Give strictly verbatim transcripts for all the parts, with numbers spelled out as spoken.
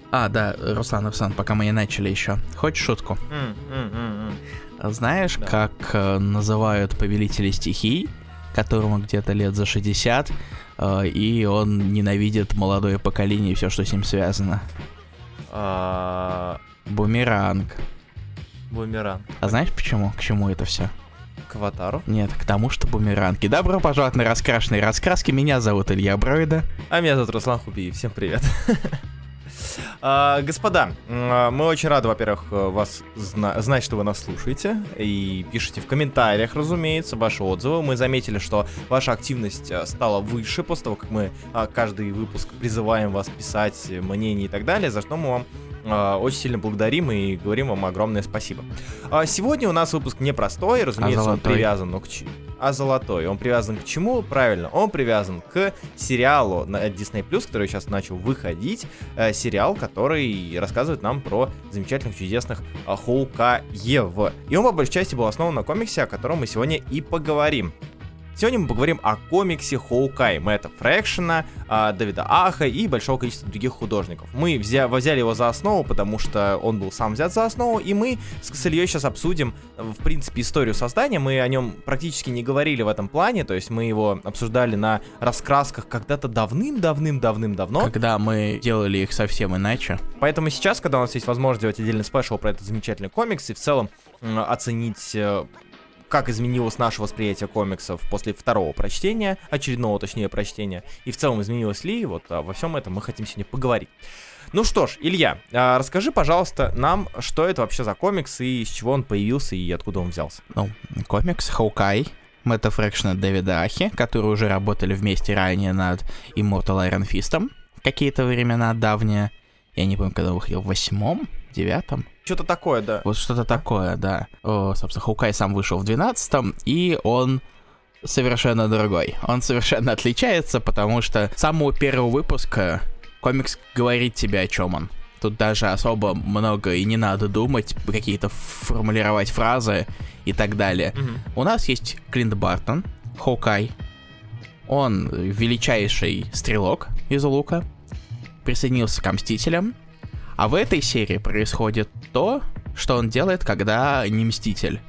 А, да, Руслан, Руслан, пока мы не начали еще. Хочешь шутку? Mm, mm, mm, mm. Знаешь, да. как э, называют повелителей стихий, которому где-то лет за шестьдесят, э, и он ненавидит молодое поколение и все, что с ним связано? А... Бумеранг. Бумеранг. А знаешь почему? К чему это все? К аватару? Нет, к тому, что бумеранги. Добро пожаловать на раскрашенные раскраски. Меня зовут Илья Броида. А меня зовут Руслан Хубиев. Всем привет. Uh, господа, uh, мы очень рады, во-первых, вас зна- знать, что вы нас слушаете, и пишите в комментариях, разумеется, ваши отзывы. Мы заметили, что ваша активность стала выше после того, как мы uh, каждый выпуск призываем вас писать мнения и так далее, за что мы вам Uh, очень сильно благодарим и говорим вам огромное спасибо. Uh, сегодня у нас выпуск непростой, разумеется, а он привязан, ну, к ч... а золотой. Он привязан к чему? Правильно, он привязан к сериалу на Disney+, который сейчас начал выходить. Uh, сериал, который рассказывает нам про замечательных, чудесных uh, Хоукаев. И он, по большей части, был основан на комиксе, о котором мы сегодня и поговорим. Сегодня мы поговорим о комиксе Хоукай Мэтта Фрэкшена, Дэвида Аха и большого количества других художников. Мы взя- взяли его за основу, потому что он был сам взят за основу, и мы с Ильей сейчас обсудим, в принципе, историю создания. Мы о нем практически не говорили в этом плане, то есть мы его обсуждали на раскрасках когда-то давным-давным-давным-давно. Когда мы делали их совсем иначе. Поэтому сейчас, когда у нас есть возможность сделать отдельный спешл про этот замечательный комикс и в целом м- оценить... как изменилось наше восприятие комиксов после второго прочтения, очередного, точнее, прочтения, и в целом изменилось ли, вот а, во всем этом мы хотим сегодня поговорить. Ну что ж, Илья, а, расскажи, пожалуйста, нам, что это вообще за комикс, и с чего он появился, и откуда он взялся. Ну, комикс Хоукай Мэтта Фрэкшена, Дэвида Ахи, которые уже работали вместе ранее над Immortal Iron Fist'ом в какие-то времена давние. Я не помню, когда выходил, в восьмом, девятом? Что-то такое, да. Вот что-то такое, да. О, собственно, Хоукай сам вышел в двенадцатом, и он совершенно другой. Он совершенно отличается, потому что с самого первого выпуска комикс говорит тебе, о чем он. Тут даже особо много и не надо думать, какие-то формулировать фразы и так далее. Mm-hmm. У нас есть Клинт Бартон, Хоукай. Он величайший стрелок из лука. Присоединился к Мстителям. А в этой серии происходит то, что он делает, когда не Мститель.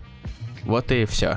Вот и все.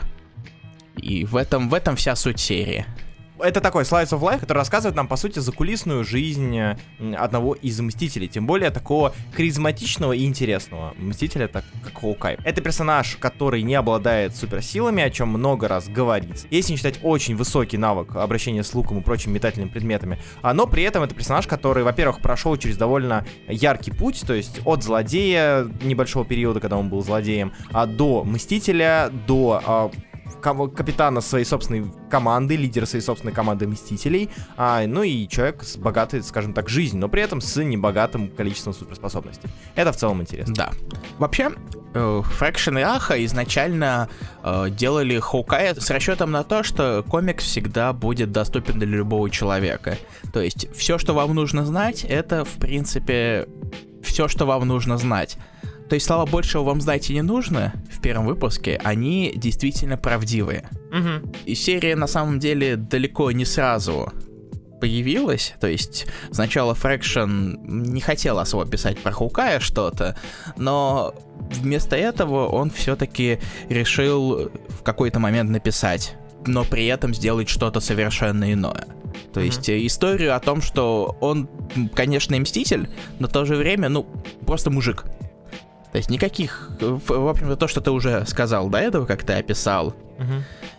И в этом, в этом вся суть серии. Это такой Slice of Life, который рассказывает нам, по сути, закулисную жизнь одного из Мстителей. Тем более такого харизматичного и интересного Мстителя, так как Хоукай. Это персонаж, который не обладает суперсилами, о чем много раз говорится. Если не считать очень высокий навык обращения с луком и прочими метательными предметами. Но при этом это персонаж, который, во-первых, прошел через довольно яркий путь, то есть от злодея небольшого периода, когда он был злодеем, до Мстителя, до... капитана своей собственной команды, лидера своей собственной команды Мстителей, а, ну и человек с богатой, скажем так, жизнью, но при этом с небогатым количеством суперспособностей. Это в целом интересно. Да. Вообще, э, Фрэкшен и Аха изначально э, делали Хоукая с расчетом на то, что комикс всегда будет доступен для любого человека. То есть все, что вам нужно знать, это, в принципе, все, что вам нужно знать. То есть слова большего вам знать и не нужно в первом выпуске, они действительно правдивые. Угу. И серия на самом деле далеко не сразу появилась. То есть сначала Фрэкшен не хотел особо писать про Хоукая что-то, но вместо этого он все-таки решил в какой-то момент написать, но при этом сделать что-то совершенно иное. То mm-hmm. есть историю о том, что он, конечно, и Мститель, но в то же время, ну, просто мужик. То есть никаких, в общем-то, то, что ты уже сказал до этого, как ты описал. Uh-huh.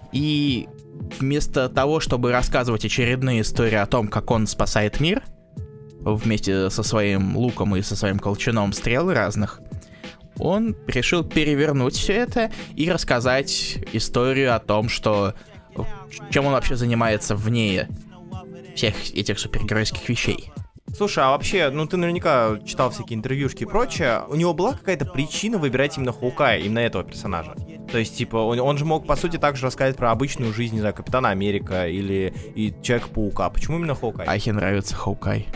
И вместо того, чтобы рассказывать очередные истории о том, как он спасает мир, вместе со своим луком и со своим колчаном стрел разных, он решил перевернуть все это и рассказать историю о том, что чем он вообще занимается вне всех этих супергеройских вещей. Слушай, а вообще, ну ты наверняка читал всякие интервьюшки и прочее, у него была какая-то причина выбирать именно Хоукая, именно этого персонажа? То есть, типа, он, он же мог, по сути, также рассказать про обычную жизнь, не знаю, Капитана Америка или и Человека-паука. Почему именно Хоукай? Ахе нравится Хоукай.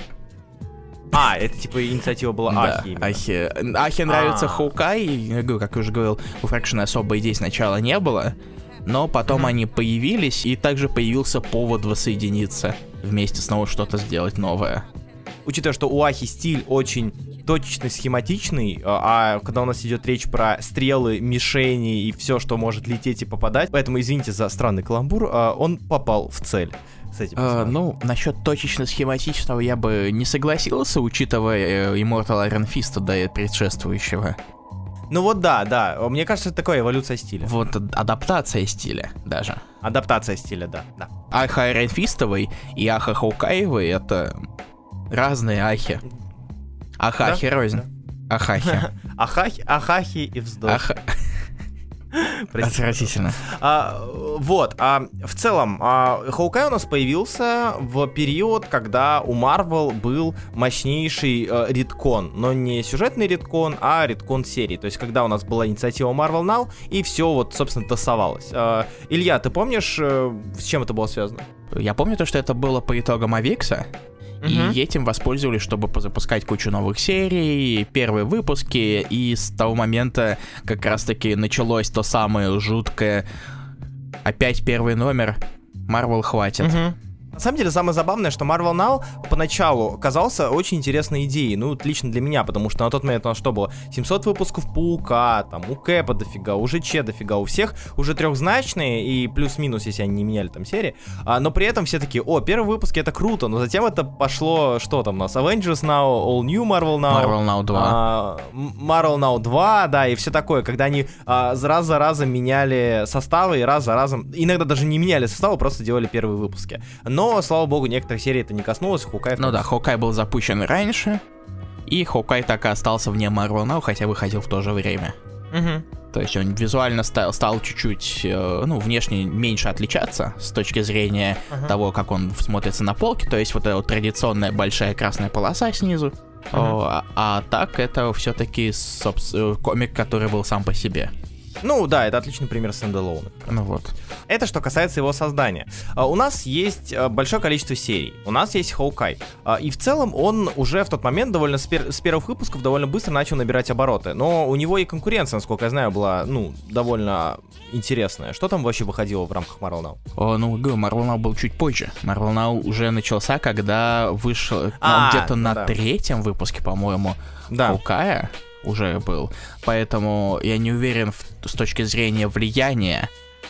А, это типа инициатива была да, Ахи именно. Ахе, Ахе нравится Хоукай, я говорю, как я уже говорил, у Фрэкшена особо идей сначала не было, но потом mm-hmm. они появились, и также появился повод воссоединиться, вместе снова что-то сделать новое. учитывая, что у Ахи стиль очень точечный, схематичный, а когда у нас идет речь про стрелы, мишени и все, что может лететь и попадать, поэтому извините за странный каламбур, он попал в цель. С этим uh, ну, насчет точечно-схематичного я бы не согласился, учитывая Immortal Iron Fist до предшествующего. Ну вот да, да, мне кажется, это такая эволюция стиля. Вот адаптация стиля даже. Адаптация стиля, да, да. Аха Iron Fist'овый и Аха Хоукаевый — это разные ахи. Ахахи да? рознь. Да. Ахахи. Ахахи, ахахи и вздох. Аха... Отвратительно. А, вот, а, в целом, а, Хоукай у нас появился в период, когда у Marvel был мощнейший а, редкон, но не сюжетный редкон, а редкон серии. То есть, когда у нас была инициатива Marvel Now, и все вот, собственно, тасовалось. А, Илья, ты помнишь, с чем это было связано? Я помню то, что это было по итогам Авикса. И uh-huh. этим воспользовались, чтобы позапускать кучу новых серий, первые выпуски, и с того момента как раз-таки началось то самое жуткое «опять первый номер, Marvel хватит». Uh-huh. На самом деле, самое забавное, что Marvel Now поначалу казался очень интересной идеей, ну, лично для меня, потому что на тот момент у нас что было? семьсот выпусков Паука, там, у Кэпа дофига, у ЖЧ дофига, у всех уже трехзначные и плюс-минус, если они не меняли там серии, а, но при этом все такие, о, первые выпуски это круто, но затем это пошло, что там у нас, Avengers Now, All New Marvel Now, Marvel Now два, а, Marvel Now два, да, и все такое, когда они а, раз за разом меняли составы и раз за разом, иногда даже не меняли составы, просто делали первые выпуски. Но Но, слава богу, некоторых серий это не коснулось, Хоукай... Ну да, Хоукай был запущен раньше, и Хоукай так и остался вне Marvel Now, хотя выходил в то же время. Угу. То есть он визуально стал, стал чуть-чуть, э, ну, внешне меньше отличаться с точки зрения uh-huh. того, как он смотрится на полке. То есть вот эта вот традиционная большая красная полоса снизу. Uh-huh. О, а, а так это все-таки собс- комик, который был сам по себе. Ну да, это отличный пример стендалона. Ну вот. Это что касается его создания. Uh, у нас есть uh, большое количество серий. У нас есть Хоукай. Uh, и в целом он уже в тот момент довольно с, пер- с первых выпусков довольно быстро начал набирать обороты. Но у него и конкуренция, насколько я знаю, была, ну, довольно интересная. Что там вообще выходило в рамках Marvel Now? О, ну, Marvel Now был чуть позже. Marvel Now уже начался, когда вышел а, где-то на да. третьем выпуске, по-моему, да. Хоукая уже был. Поэтому я не уверен в, с точки зрения влияния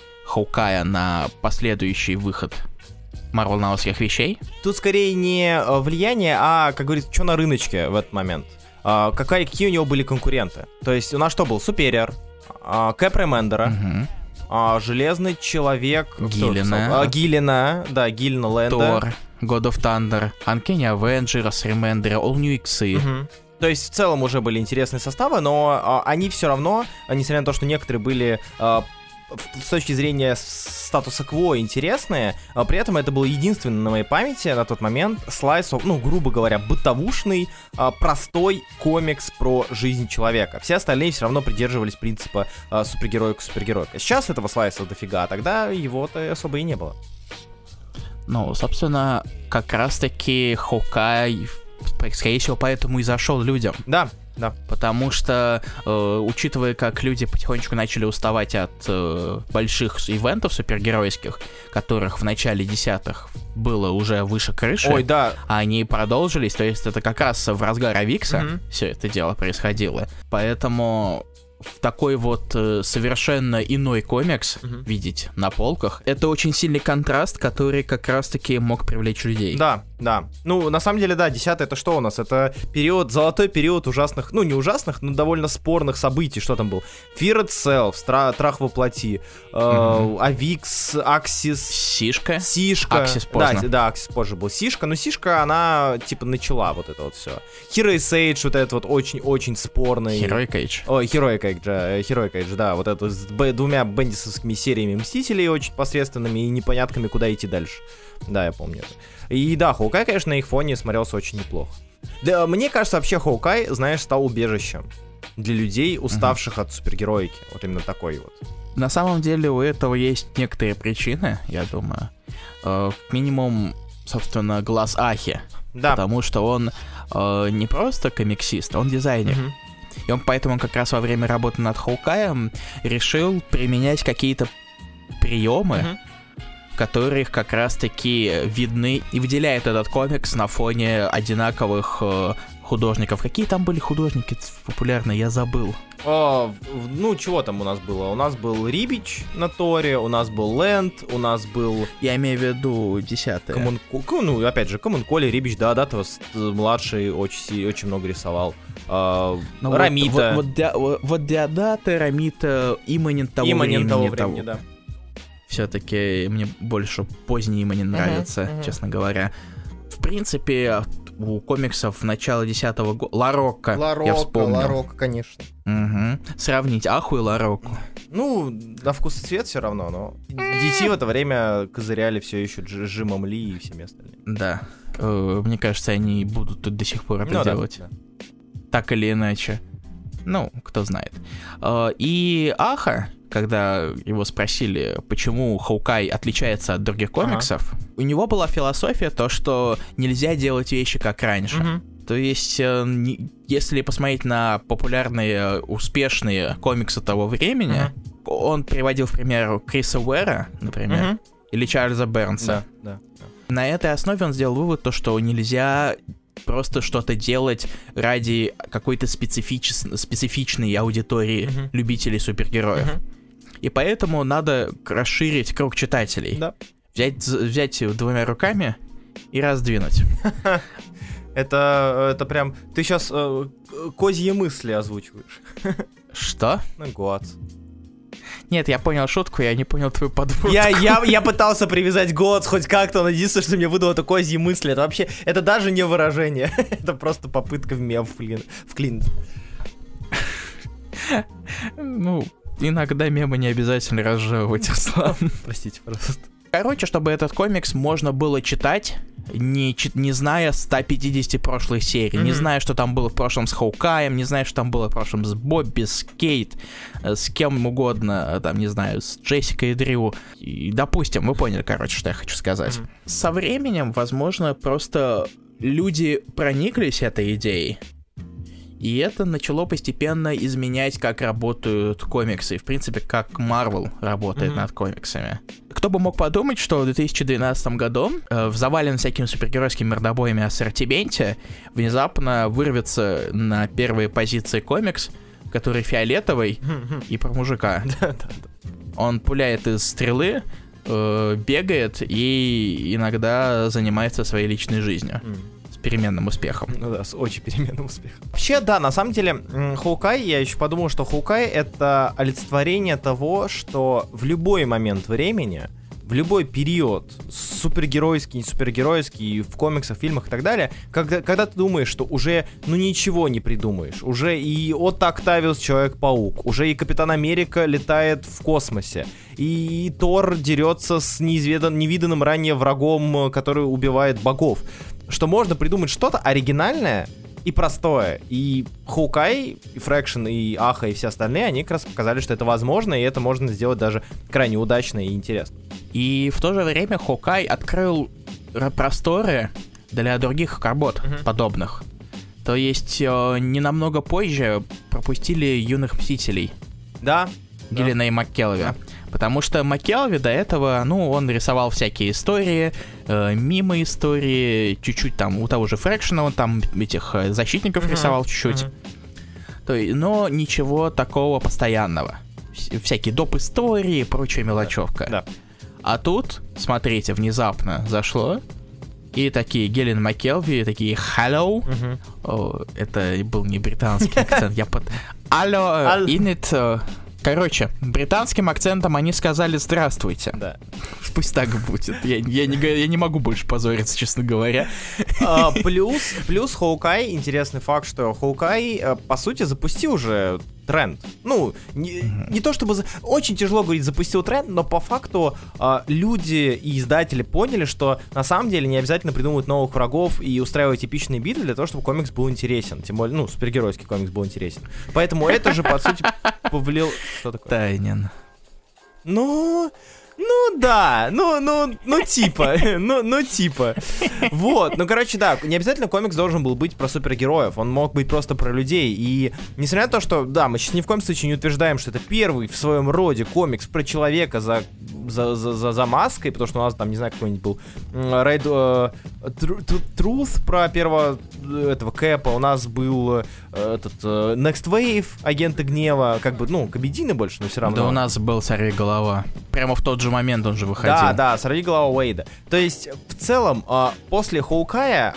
Хоукая на последующий выход Marvel Now'ских вещей. Тут скорее не влияние, а, как говорится, что на рыночке в этот момент. А, какая, какие у него были конкуренты. То есть у нас что был? Superior, а, Кэп Ремендера, угу. а, Железный Человек... Гиллина. А, Гиллина, да, Гиллина Лэнда. Тор, God of Thunder, Uncanny Avengers, Ремендера, All New X-ы. Угу. То есть в целом уже были интересные составы, но а, они все равно, несмотря на то, что некоторые были а, с точки зрения статуса кво интересные, а при этом это был единственный на моей памяти на тот момент слайс, ну, грубо говоря, бытовушный, а, простой комикс про жизнь человека. Все остальные все равно придерживались принципа а, супергероика-супергеройка. Сейчас этого слайса дофига, а тогда его-то особо и не было. Ну, собственно, как раз-таки Хоукай, скорее всего, поэтому и зашел людям. Да, да. Потому что, э, учитывая, как люди потихонечку начали уставать от э, больших ивентов супергеройских, которых в начале десятых было уже выше крыши, Ой, да. а они продолжились, то есть это как раз в разгар Авикса mm-hmm. все это дело происходило. Поэтому в такой вот э, совершенно иной комикс mm-hmm. видеть на полках, это очень сильный контраст, который как раз-таки мог привлечь людей. Да, да. Ну, на самом деле, да, десятый это что у нас? Это период, золотой период ужасных, ну, не ужасных, но довольно спорных событий. Что там был? Fear Itself, Стра- Страх воплоти, э, mm-hmm. Авикс, Аксис. Сишка. Сишка. Аксис поздно. Да, да, Аксис позже был. Сишка, но Сишка, она, типа, начала вот это вот все. Heroic Age, вот этот вот очень-очень спорный. Heroic Age. Ой, Heroic Age, Heroic Age, да, вот это с б- двумя бендисовскими сериями Мстителей очень посредственными и непонятками, куда идти дальше. Да, я помню это. И да, Хоукай, конечно, на их фоне смотрелся очень неплохо. Да, мне кажется, вообще Хоукай, знаешь, стал убежищем для людей, уставших uh-huh. от супергероики. Вот именно такой вот. На самом деле у этого есть некоторые причины, я думаю. Э, минимум, собственно, глаз Ахи. Да. Потому что он э, не просто комиксист, он дизайнер. Uh-huh. И он поэтому как раз во время работы над Хоукаем решил применять какие-то приемы, uh-huh. которых как раз-таки видны и выделяют этот комикс на фоне одинаковых э, художников. Какие там были художники популярные, я забыл. О, ну, чего там у нас было? У нас был Рибич на Торе, у нас был Лэнд, у нас был... Я имею в виду десятое. Коммун... Ну, опять же, Коммун Коли, Рибич, да, Датова младший очень, очень много рисовал. А, ну, Рамита. Вот, вот, для, вот для Даты, Рамита, имманент того имманент времени. того времени, да. Все-таки мне больше поздний имманент нравится, uh-huh, uh-huh. честно говоря. В принципе, у комиксов начала десятого года... Ларокко, я вспомнил. Ларокко, конечно. Угу. Сравнить Аху и Ларокко. Ну, на вкус и цвет все равно, но ди си в это время козыряли все еще Джимом Ли и всеми остальными. Да. Мне кажется, они будут тут до сих пор это ну, делать. Да, да. Так или иначе. Ну, кто знает. И Аха, когда его спросили, почему Хоукай отличается от других комиксов, ага. у него была философия то, что нельзя делать вещи как раньше. Угу. То есть, если посмотреть на популярные, успешные комиксы того времени, uh-huh. он приводил в пример Криса Уэра, например, uh-huh. или Чарльза Бернса. Да, да, да. На этой основе он сделал вывод, то, что нельзя просто что-то делать ради какой-то специфич... специфичной аудитории uh-huh. любителей супергероев. Uh-huh. И поэтому надо расширить круг читателей. Да. Взять, взять двумя руками и раздвинуть. Это, это прям... Ты сейчас э, козьи мысли озвучиваешь. Что? Ну, год. Нет, я понял шутку, я не понял твою подводку. Я, я, я пытался привязать год хоть как-то, но единственное, что мне выдало, это козьи мысли. Это вообще... Это даже не выражение. Это просто попытка в мем вклинить. Ну, иногда мемы не обязательно разжевывать, Руслан. Простите, пожалуйста. Короче, чтобы этот комикс можно было читать, не, не зная сто пятьдесят прошлых серий, mm-hmm. не зная, что там было в прошлом с Хоукаем, не зная, что там было в прошлом с Бобби, с Кейт, с кем угодно, там, не знаю, с Джессикой и Дрю. И, допустим, вы поняли, короче, что я хочу сказать. Mm-hmm. Со временем, возможно, просто люди прониклись этой идеей, и это начало постепенно изменять, как работают комиксы. И, в принципе, как Marvel работает mm-hmm. над комиксами. Кто бы мог подумать, что в две тысячи двенадцатом году э, в заваленном всякими супергеройскими мордобоями ассортименте внезапно вырвется на первые позиции комикс, который фиолетовый mm-hmm. и про мужика. Он пуляет из стрелы, э, бегает и иногда занимается своей личной жизнью. Mm. Переменным успехом. Ну да, с очень переменным успехом. Вообще, да, на самом деле, Хоукай, я еще подумал, что Хоукай — это олицетворение того, что в любой момент времени, в любой период, супергеройский, не супергеройский, в комиксах, фильмах и так далее, когда, когда ты думаешь, что уже, ну, ничего не придумаешь, уже и Отто Октавиус Человек-паук, уже и Капитан Америка летает в космосе, и Тор дерется с неизведан, невиданным ранее врагом, который убивает богов, что можно придумать что-то оригинальное и простое. И Хоукай, и Фрэкшн, и Аха, и все остальные, они как раз показали, что это возможно, и это можно сделать даже крайне удачно и интересно. И в то же время Хоукай открыл просторы для других работ uh-huh. подобных. То есть э, не намного позже пропустили Юных Мстителей. Да. Гиллина да. и МакКелви. Да. Потому что МакКелви до этого, ну, он рисовал всякие истории, э, мимо истории, чуть-чуть там у того же Фрэкшена, он там этих э, защитников uh-huh. рисовал чуть-чуть. Uh-huh. То есть, но ничего такого постоянного. Всякие доп. Истории и прочая мелочевка. Да. А тут, смотрите, внезапно зашло, и такие Гиллин МакКелви, такие «Hello». Uh-huh. О, это был не британский акцент, я под... «Алло, инит...» Короче, британским акцентом они сказали «здравствуйте». Да. Пусть так будет. Я, я, не, я не могу больше позориться, честно говоря. А, плюс, плюс Хоукай, интересный факт, что Хоукай, по сути, запустил уже тренд. Ну, не, mm-hmm. не то чтобы... За... Очень тяжело говорить «запустил тренд», но по факту а, люди и издатели поняли, что на самом деле не обязательно придумывать новых врагов и устраивать эпичные битвы для того, чтобы комикс был интересен. Тем более, ну, супергеройский комикс был интересен. Поэтому это же, по сути, повлияло... Что такое? Тайнин. Ну... Ну да, ну, ну, ну типа, ну, ну типа. Вот, ну короче, да, не обязательно комикс должен был быть про супергероев, он мог быть просто про людей. И несмотря на то, что, да, мы сейчас ни в коем случае не утверждаем, что это первый в своем роде комикс про человека за, за, за, за, за маской, потому что у нас там, не знаю, какой-нибудь был Raid, uh, Truth про первого этого Кэпа, у нас был uh, этот uh, Next Wave, Агенты Гнева, как бы, ну, комедийный больше, но все равно. Да у нас был Сорвиголова. Прямо в тот же момент он же выходил. Да, да, Сорвиголова Уэйда. То есть, в целом, после Хоукая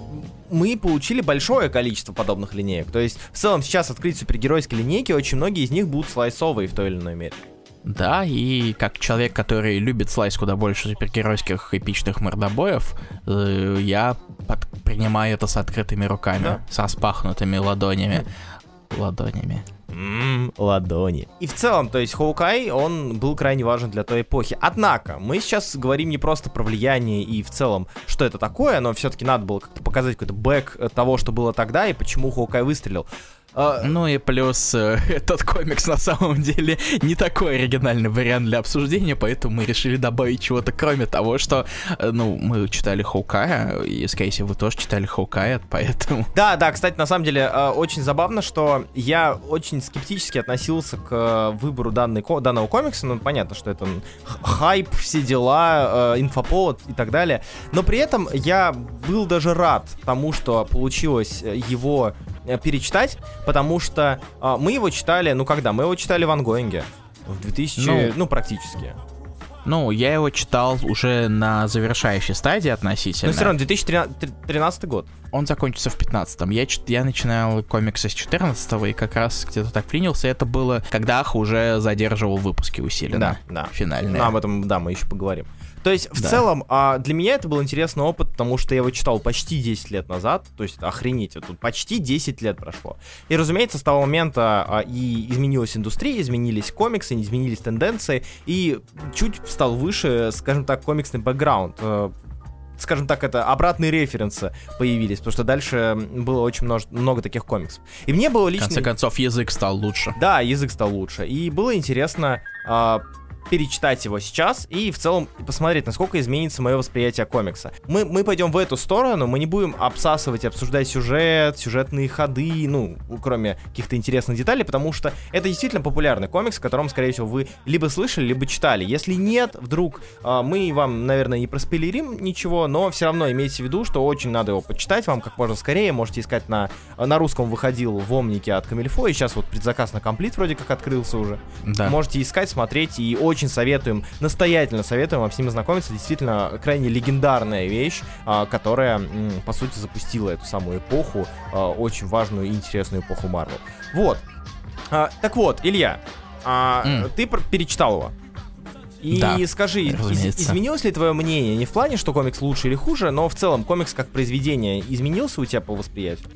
мы получили большое количество подобных линеек. То есть, в целом, сейчас открыть супергеройские линейки, очень многие из них будут слайсовые в той или иной мере. Да, и как человек, который любит слайс куда больше супергеройских эпичных мордобоев, э, я под... принимаю это с открытыми руками, да? С распахнутыми ладонями. Ладонями. Ммм, ладони. И в целом, то есть Хоукай, он был крайне важен для той эпохи. Однако, мы сейчас говорим не просто про влияние и в целом, что это такое, но все-таки надо было как-то показать какой-то бэк того, что было тогда и почему Хоукай выстрелил. Ну и плюс э, этот комикс на самом деле не такой оригинальный вариант для обсуждения, поэтому мы решили добавить чего-то, кроме того, что, э, ну, мы читали Хоукая, и, скорее всего, вы тоже читали Хоукая, поэтому... Да, да, кстати, на самом деле, э, очень забавно, что я очень скептически относился к э, выбору данной, данного комикса, ну, понятно, что это хайп, все дела, э, инфоповод и так далее, но при этом я был даже рад тому, что получилось его перечитать, потому что а, мы его читали, ну когда? Мы его читали в ангоинге в двухтысячном, ну, ну практически. Ну, я его читал уже на завершающей стадии относительно. Но все равно, две тысячи тринадцатый год. Он закончится в пятнадцатом. Я, я начинал комиксы с четырнадцатого и как раз где-то так принялся. Это было, когда Аха уже задерживал выпуски усиленно. Да, да. Финальные. Ну, об этом, да, мы еще поговорим. То есть, в да. целом, а, для меня это был интересный опыт, потому что я его читал почти десять лет назад. То есть, охренеть, тут почти десять лет прошло. И, разумеется, с того момента а, и изменилась индустрия, изменились комиксы, изменились тенденции, и чуть стал выше, скажем так, комиксный бэкграунд. Скажем так, это обратные референсы появились, потому что дальше было очень много, много таких комиксов. И мне было лично... В конце концов, язык стал лучше. Да, язык стал лучше. И было интересно... А, перечитать его сейчас и в целом посмотреть, насколько изменится мое восприятие комикса. Мы, мы пойдем в эту сторону, мы не будем обсасывать и обсуждать сюжет, сюжетные ходы, ну, кроме каких-то интересных деталей, потому что это действительно популярный комикс, о котором, скорее всего, вы либо слышали, либо читали. Если нет, вдруг э, мы вам, наверное, не проспойлерим ничего, но все равно имейте в виду, что очень надо его почитать вам как можно скорее. Можете искать на... На русском выходил в Омнике от Камильфо, и сейчас вот предзаказ на Комплит вроде как открылся уже. Да. Можете искать, смотреть, и очень Очень советуем, настоятельно советуем вам с ним ознакомиться. Действительно, крайне легендарная вещь, а, которая, м, по сути, запустила эту самую эпоху, а, очень важную и интересную эпоху Марвел. Вот. А, так вот, Илья, а, mm. ты перечитал его. И да, скажи, из- изменилось ли твое мнение? Не в плане, что комикс лучше или хуже, но в целом комикс как произведение изменился у тебя по восприятию?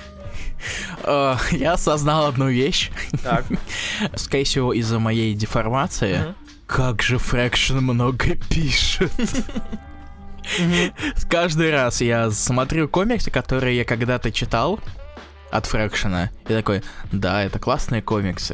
Uh, я осознал одну вещь. Так. Скорее всего, из-за моей деформации. Uh-huh. Как же Фрэкшн много пишет. Uh-huh. Каждый раз я смотрю комиксы, которые я когда-то читал от Фрэкшна, и такой, да, это классные комиксы.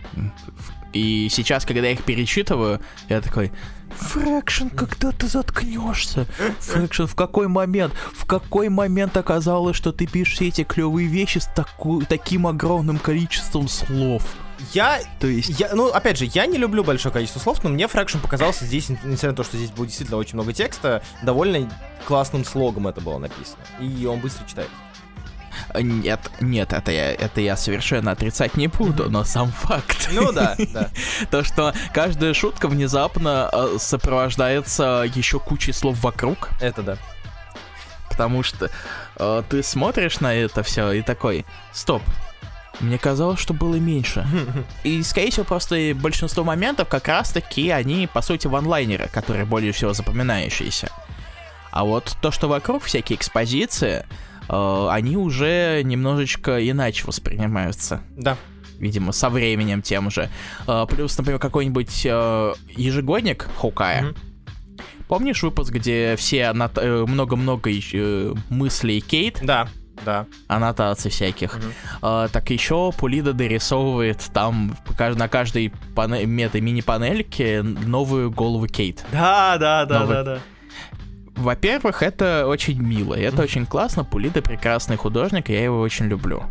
И сейчас, когда я их перечитываю, я такой... Фрэкшн, когда ты заткнешься? Фрэкшн, в какой момент? В какой момент оказалось, что ты пишешь все эти клевые вещи с таку, таким огромным количеством слов? Я, то есть... я, ну, опять же, я не люблю большое количество слов, но мне Фрэкшн показался здесь, несмотря на то, что здесь было действительно очень много текста, довольно классным слогом это было написано. И он быстро читается. Нет, нет, это я, это я совершенно отрицать не буду, mm-hmm. но сам факт. Ну да, да. То, что каждая шутка внезапно э, сопровождается еще кучей слов вокруг. Это да. Потому что э, ты смотришь на это все и такой, стоп, мне казалось, что было меньше. И, скорее всего, просто большинство моментов как раз-таки они, по сути, ванлайнеры, которые более всего запоминающиеся. А вот то, что вокруг, всякие экспозиции... Uh, они уже немножечко иначе воспринимаются. Да. Видимо, со временем тем же. Uh, плюс, например, какой-нибудь uh, ежегодник Хоукая. Mm-hmm. Помнишь выпуск, где все нат- много-много uh, мыслей Кейт? Да. Да, да. аннотаций всяких. Угу. А, так еще Пулида дорисовывает там на каждой пане- мета- мини-панельке новую голову Кейт. Да, да, да, Новый... да, да. Во-первых, это очень мило, это mm-hmm. очень классно. Пулида прекрасный художник, и я его очень люблю.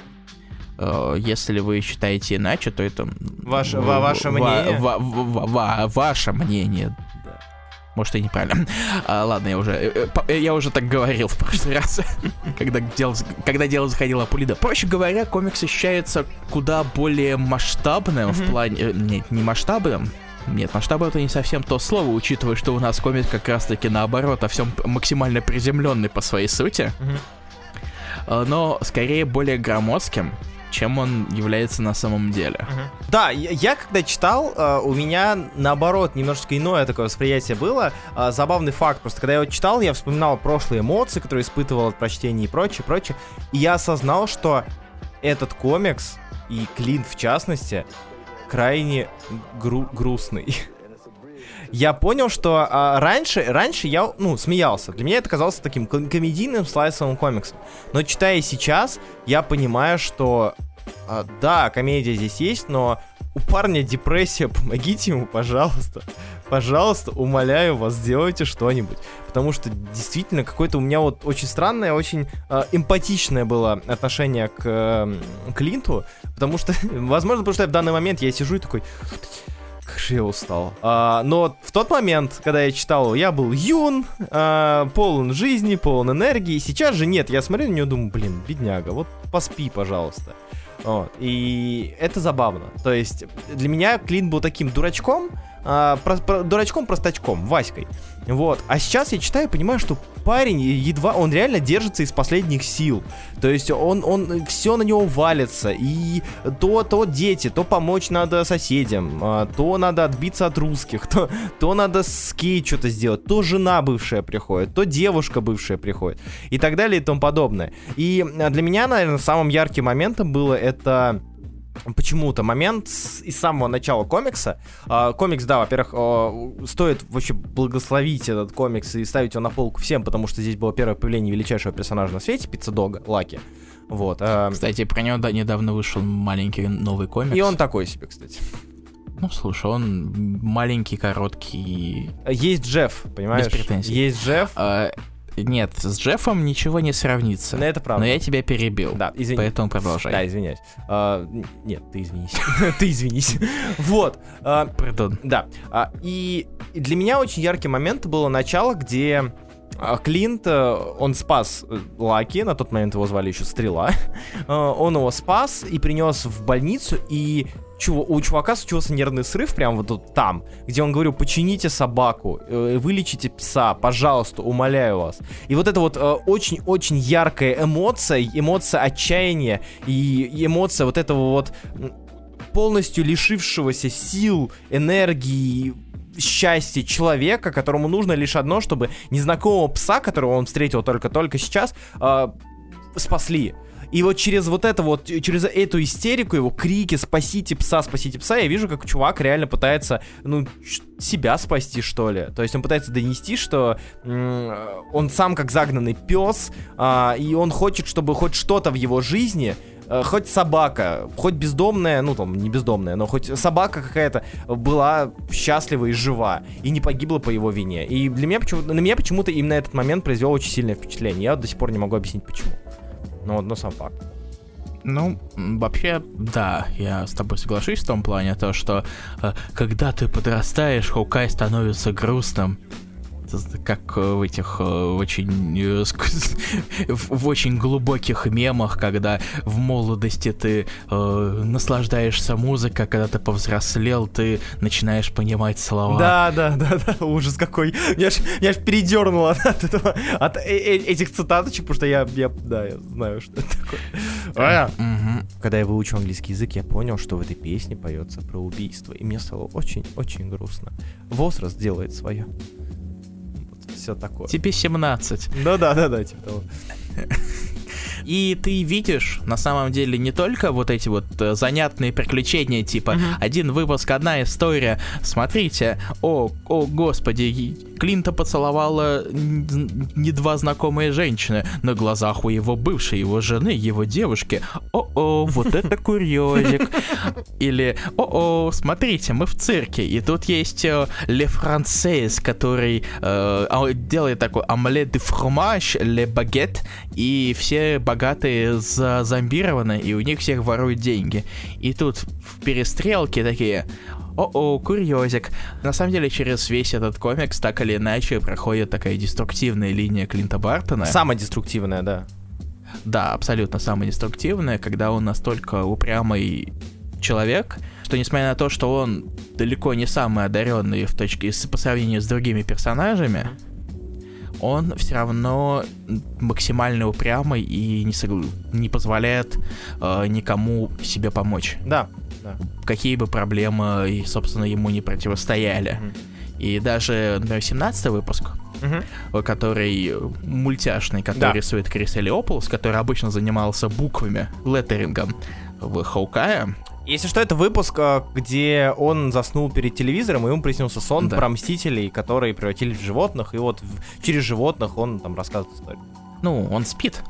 Если вы считаете иначе, то это... Ваше, в, ваше мнение? В, в, в, в, ваше мнение. Да. Может, и неправильно. А, ладно, я уже... Я уже так говорил в прошлый раз, когда дело, когда дело заходило о Пулида. Проще говоря, комикс ощущается куда более масштабным mm-hmm. в плане... Нет, не масштабным. Нет, масштаб это не совсем то слово, учитывая, что у нас комикс как раз-таки наоборот, о всем максимально приземленный по своей сути. Mm-hmm. Но скорее более громоздким, чем он является на самом деле. Uh-huh. Да, я, я когда читал, uh, у меня наоборот немножечко иное такое восприятие было. Uh, забавный факт, просто когда я его читал, я вспоминал прошлые эмоции, которые испытывал от прочтения и прочее, прочее. И я осознал, что этот комикс, и Клинт в частности, крайне гру- грустный. Я понял, что а, раньше, раньше я, ну, смеялся. Для меня это казалось таким ком- комедийным слайсовым комиксом. Но читая сейчас, я понимаю, что а, да, комедия здесь есть, но у парня депрессия, помогите ему, пожалуйста. Пожалуйста, умоляю вас, сделайте что-нибудь. Потому что действительно какое-то у меня вот очень странное, очень э, эмпатичное было отношение к э, Клинту. Потому что, возможно, потому что я в данный момент я сижу и такой... Как же я устал. А, но в тот момент, когда я читал его, я был юн, а, полон жизни, полон энергии. Сейчас же нет, я смотрю на него и думаю, блин, бедняга, вот поспи, пожалуйста. Вот. И это забавно. То есть для меня Клинт был таким дурачком, а, про, про, дурачком-простачком, Васькой. Вот. А сейчас я читаю и понимаю, что парень едва, он реально держится из последних сил. То есть он, он все на него валится. И то, то дети, то помочь надо соседям, то надо отбиться от русских, то, то надо с Кейт что-то сделать, то жена бывшая приходит, то девушка бывшая приходит. И так далее и тому подобное. И для меня, наверное, самым ярким моментом было это... Почему-то момент с, из самого начала комикса. А, комикс, да, во-первых, а, стоит вообще благословить этот комикс и ставить его на полку всем, потому что здесь было первое появление величайшего персонажа на свете, Пиццадога, Лаки. Вот. А... Кстати, про него, да, недавно вышел маленький новый комикс. И он такой себе, кстати. Ну, слушай, он маленький, короткий. Есть Джефф, понимаешь? Без претензий. Есть Джефф. А... Нет, с Джеффом ничего не сравнится. Но это правда. Но я тебя перебил. Да, извини. Поэтому продолжай. Да, извиняюсь. А, нет, ты извинись. Ты извинись. Вот. Пардон. Да. И для меня очень яркий момент было начало, где Клинт, он спас Лаки, на тот момент его звали еще Стрела. Он его спас и принес в больницу, и у чувака случился нервный срыв прямо вот тут там, где он говорил: почините собаку, вылечите пса, пожалуйста, умоляю вас. И вот это вот очень-очень яркая эмоция, эмоция отчаяния и эмоция вот этого вот полностью лишившегося сил, энергии, счастья человека, которому нужно лишь одно, чтобы незнакомого пса, которого он встретил только-только сейчас, э, спасли. И вот через вот это вот, через эту истерику, его крики «спасите пса, спасите пса», я вижу, как чувак реально пытается, ну, себя спасти, что ли. То есть он пытается донести, что м- он сам как загнанный пес, э, и он хочет, чтобы хоть что-то в его жизни, э, хоть собака, хоть бездомная, ну там не бездомная, но хоть собака какая-то была счастлива и жива, и не погибла по его вине. И для меня почему-то, на меня почему-то именно этот момент произвел очень сильное впечатление. Я вот до сих пор не могу объяснить, почему. Но, но сам факт. Ну, вообще, да, я с тобой соглашусь в том плане, то, что э, когда ты подрастаешь, Хоукай становится грустным. Как в этих очень в очень глубоких мемах, когда в молодости ты э, наслаждаешься музыкой, когда ты повзрослел, ты начинаешь понимать слова. Да, да, да, да, ужас какой. Я аж, я аж передернула от этого, от э- э- этих цитаточек, потому что я, я, да, я знаю, что это такое. Mm-hmm. Когда я выучил английский язык, я понял, что в этой песне поется про убийство, и мне стало очень-очень грустно. Возраст делает свое. Все такое. Тебе семнадцать. Ну да, да, да, типа того. И ты видишь, на самом деле, не только вот эти вот э, занятные приключения, типа, uh-huh. один выпуск, одна история, смотрите, о, о, господи, Клинта поцеловала не два знакомые женщины на глазах у его бывшей, его жены, его девушки. О-о, вот это курьезик. Или, о-о, смотрите, мы в цирке. И тут есть э, Ле Франсез, который э, делает такой омлет де фромаж, ле багет, и все богатые зазомбированы, и у них всех воруют деньги. И тут в перестрелке такие... О-о, курьезик. На самом деле, через весь этот комикс так или иначе проходит такая деструктивная линия Клинта Бартона. Самая деструктивная, да. Да, абсолютно самая деструктивная, когда он настолько упрямый человек, что несмотря на то, что он далеко не самый одаренный в точке, по сравнению с другими персонажами, он все равно максимально упрямый и не, согла... не позволяет э, никому себе помочь. Да. Да. Какие бы проблемы, и, собственно, ему не противостояли. Mm-hmm. И даже, например, семнадцатый выпуск, mm-hmm. который мультяшный, который да. рисует Крис Элиополос, который обычно занимался буквами, леттерингом в Хоукае. Если что, это выпуск, где он заснул перед телевизором, и ему приснился сон да. про мстителей, которые превратились в животных, и вот в... через животных он там рассказывает историю. Ну, он спит.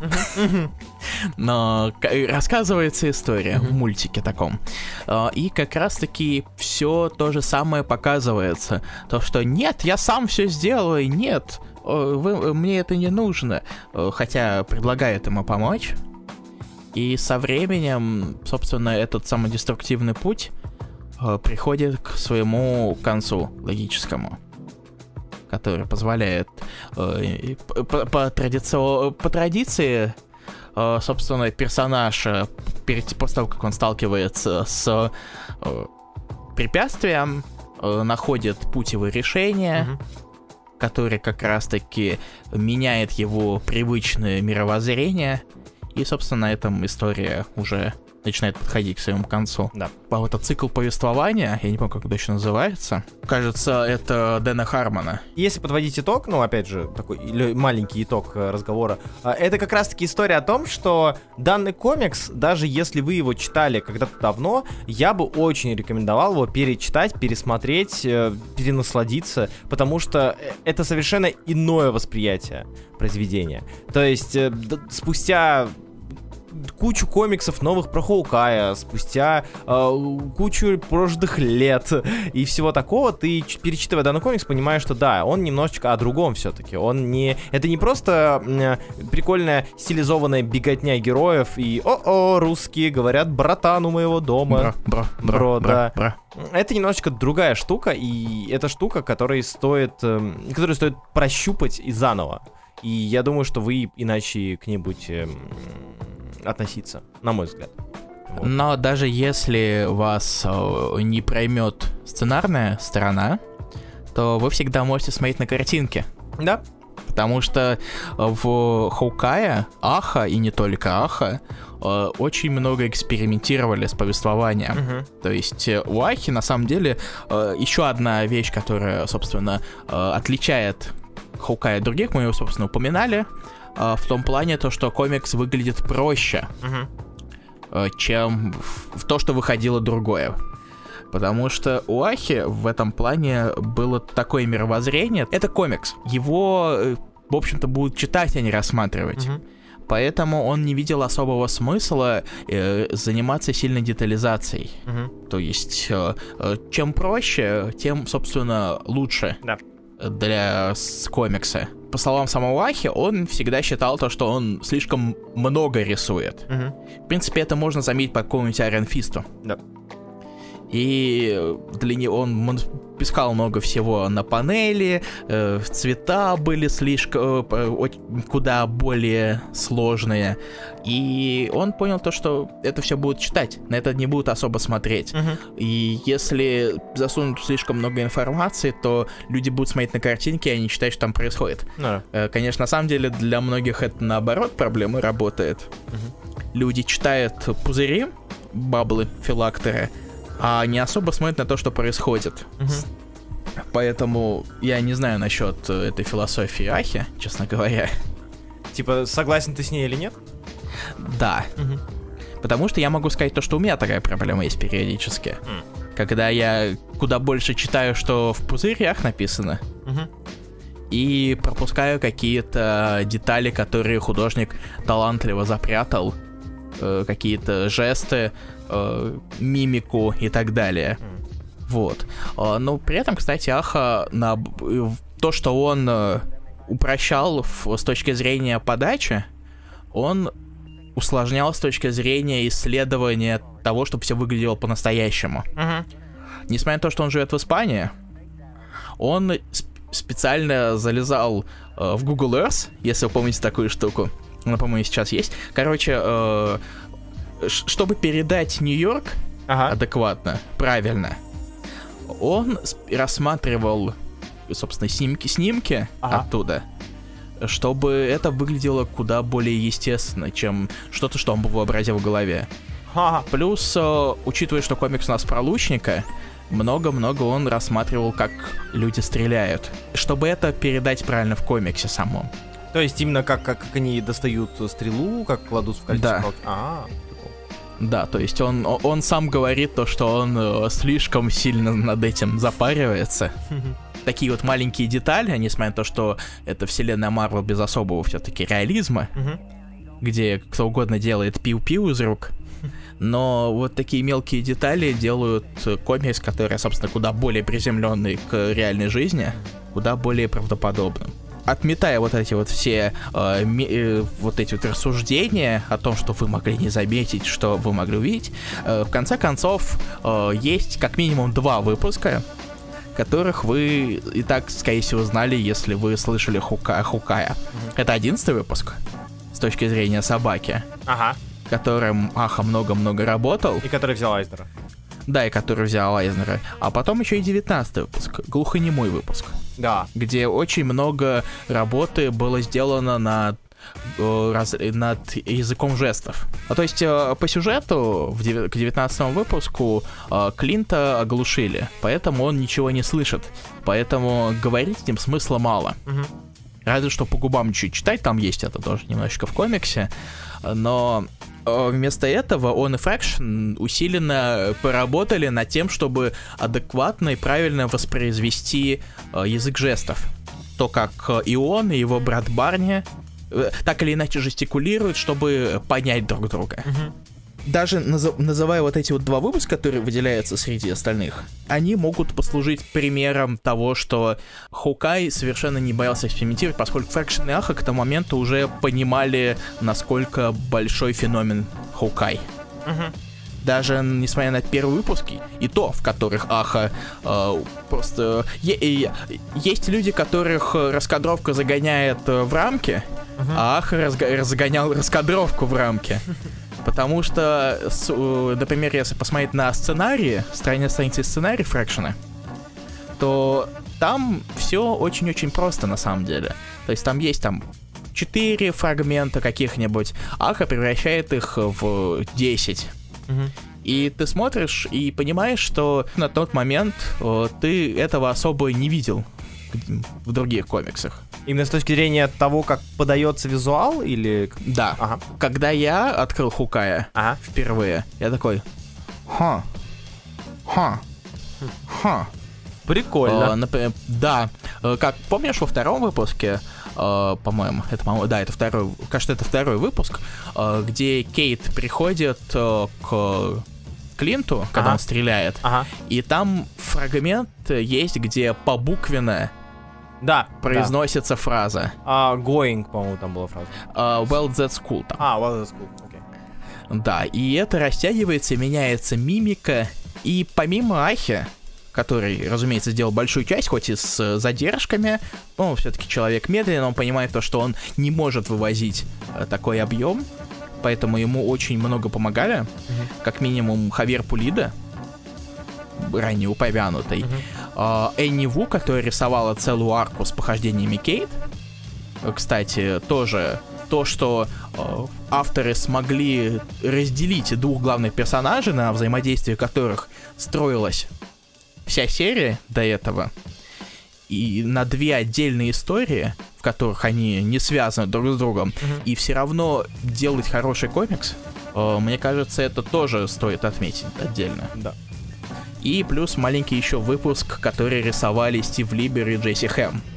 Но рассказывается история в мультике таком. И как раз-таки все то же самое показывается. То, что нет, я сам все сделаю, нет, вы, мне это не нужно. Хотя предлагает ему помочь. И со временем, собственно, этот самодеструктивный путь приходит к своему концу логическому, который позволяет э, по, по, традици... по традиции, э, собственно, персонаж, перед, после того, как он сталкивается с э, препятствием, э, находит путь его решения, mm-hmm. который как раз-таки меняет его привычное мировоззрение, и, собственно, на этом история уже начинает подходить к своему концу. Да. А вот этот цикл повествования, я не помню, как это еще называется, кажется, это Дэна Хармона. Если подводить итог, ну, опять же, такой маленький итог разговора, это как раз-таки история о том, что данный комикс, даже если вы его читали когда-то давно, я бы очень рекомендовал его перечитать, пересмотреть, перенасладиться, потому что это совершенно иное восприятие произведения. То есть, спустя кучу комиксов новых про Хоукая, спустя э, кучу прожитых лет и всего такого, ты, перечитывая данный комикс, понимаешь, что да, он немножечко о другом все-таки. Он не... Это не просто э, прикольная стилизованная беготня героев и о-о, русские говорят братан у моего дома. Бро, бро, бро, бро, да. бро. Это немножечко другая штука, и это штука, которой стоит, э, которую стоит прощупать и заново. И я думаю, что вы иначе к ней будете относиться, на мой взгляд. Вот. Но даже если вас э, не проймет сценарная сторона, то вы всегда можете смотреть на картинки. Да. Потому что в Хоукае, Аха и не только Аха, э, очень много экспериментировали с повествованием. Uh-huh. То есть э, у Ахи на самом деле э, еще одна вещь, которая, собственно, э, отличает Хоукая от других, мы его, собственно, упоминали, э, в том плане, то, что комикс выглядит проще, uh-huh. э, чем в, в то, что выходило другое. Потому что у Ахи в этом плане было такое мировоззрение. Это комикс. Его, в общем-то, будут читать, а не рассматривать. Uh-huh. Поэтому он не видел особого смысла э, заниматься сильной детализацией. Uh-huh. То есть, э, чем проще, тем, собственно, лучше да. для с, комикса. По словам самого Ахи, он всегда считал то, что он слишком много рисует. Uh-huh. В принципе, это можно заметить по какому-нибудь Айрон Фисту. Да. И для него он, он писал много всего на панели, э, цвета были слишком э, куда более сложные, и он понял то, что это все будут читать, на это не будут особо смотреть. Uh-huh. И если засунуть слишком много информации, то люди будут смотреть на картинки, а не читать, что там происходит. Uh-huh. Э, конечно, на самом деле для многих это наоборот проблема работает. Uh-huh. Люди читают пузыри, баблы, филактеры, а не особо смотрят на то, что происходит. Uh-huh. Поэтому я не знаю насчет этой философии Ахи, честно говоря. Типа, согласен ты с ней или нет? Да. Uh-huh. Потому что я могу сказать то, что у меня такая проблема есть периодически. Uh-huh. Когда я куда больше читаю, что в пузырях написано, uh-huh. и пропускаю какие-то детали, которые художник талантливо запрятал, э, какие-то жесты, э, мимику и так далее. Вот. Э, но при этом, кстати, Аха, на, то, что он э, упрощал в, с точки зрения подачи, он усложнял с точки зрения исследования того, чтобы все выглядело по-настоящему. Uh-huh. Несмотря на то, что он живет в Испании, он сп- специально залезал э, в Google Earth, если вы помните такую штуку. Она, по-моему, сейчас есть. Короче, э, ш- чтобы передать Нью-Йорк uh-huh. адекватно, правильно, он сп- рассматривал, собственно, снимки-снимки uh-huh. оттуда, чтобы это выглядело куда более естественно, чем что-то, что он бы вообразил в голове. Ага. Плюс, э, учитывая, что комикс у нас про лучника, много-много он рассматривал, как люди стреляют, чтобы это передать правильно в комиксе самом. То есть именно как, как, как они достают стрелу, как кладут в кольцо? Да. А, да, то есть он, он сам говорит то, что он э, слишком сильно над этим запаривается. Такие вот маленькие детали, несмотря на то, что это вселенная Марвел без особого все-таки реализма, uh-huh. где кто угодно делает пиу-пиу из рук, но вот такие мелкие детали делают комикс, который, собственно, куда более приземленный к реальной жизни, куда более правдоподобным. Отметая вот эти вот все э, ми, э, вот эти вот рассуждения о том, что вы могли не заметить, что вы могли увидеть, э, в конце концов э, есть как минимум два выпуска, которых вы и так, скорее всего, знали, если вы слышали Хука, Хукая. Mm-hmm. Это одиннадцатый выпуск с точки зрения собаки, ага. которым Аха много-много работал. И который взял Айзнера. Да, и который взял Айзнера. А потом еще и девятнадцатый выпуск, глухонемой выпуск. Да. Где очень много работы было сделано над, э, раз, над языком жестов. А то есть э, по сюжету в дев- к девятнадцатому выпуску э, Клинта оглушили, поэтому он ничего не слышит. Поэтому говорить с ним смысла мало. Угу. Разве что по губам чуть читать, там есть это тоже немножечко в комиксе. Но э, вместо этого он и Fraction усиленно поработали над тем, чтобы адекватно и правильно воспроизвести э, язык жестов. То, как и он, и его брат Барни э, так или иначе жестикулируют, чтобы понять друг друга. Угу. Даже наз- называя вот эти вот два выпуска, которые выделяются среди остальных, они могут послужить примером того, что Хоукай совершенно не боялся экспериментировать, поскольку Fraction и Аха к тому моменту уже понимали, насколько большой феномен Хоукай. Uh-huh. Даже несмотря на первые выпуски, и то, в которых Аха э, просто... Е- е- есть люди, которых раскадровка загоняет в рамки, uh-huh. а Аха разго- разгонял раскадровку в рамки. Потому что, например, если посмотреть на сценарии, страницы страницы сценария Фрэкшена, то там все очень-очень просто на самом деле. То есть там есть там четыре фрагмента каких-нибудь, Аха превращает их в десять. Угу. И ты смотришь и понимаешь, что на тот момент о, ты этого особо не видел в других комиксах. Именно с точки зрения того, как подается визуал, или... Да. Ага. Когда я открыл Хукая ага. впервые, я такой... Ха. Ха. Ха. Прикольно. Э, например, да. Как помнишь, во втором выпуске, э, по-моему, это, по-моему, да, это второй, кажется, это второй выпуск, э, где Кейт приходит э, к Клинту, когда ага. он стреляет, ага. и там фрагмент есть, где побуквенно да, произносится да. фраза. Uh, going, по-моему, там была фраза. Uh, well, that's cool. Там. А, well, that's cool, окей. Okay. Да, и это растягивается, меняется мимика, и помимо Ахи, который, разумеется, сделал большую часть, хоть и с задержками, но все-таки человек медленный, он понимает то, что он не может вывозить такой объем, поэтому ему очень много помогали, mm-hmm. как минимум Хавьер Пулида, ранее упомянутый, uh-huh. Энни Ву, которая рисовала целую арку с похождениями Кейт. Кстати, тоже то, что э, авторы смогли разделить двух главных персонажей, на взаимодействие которых строилась вся серия до этого, и на две отдельные истории, в которых они не связаны друг с другом, uh-huh. и все равно делать хороший комикс, э, мне кажется, это тоже стоит отметить отдельно. Да. И плюс маленький еще выпуск, который рисовали Стив Либер и Джесси Хэм.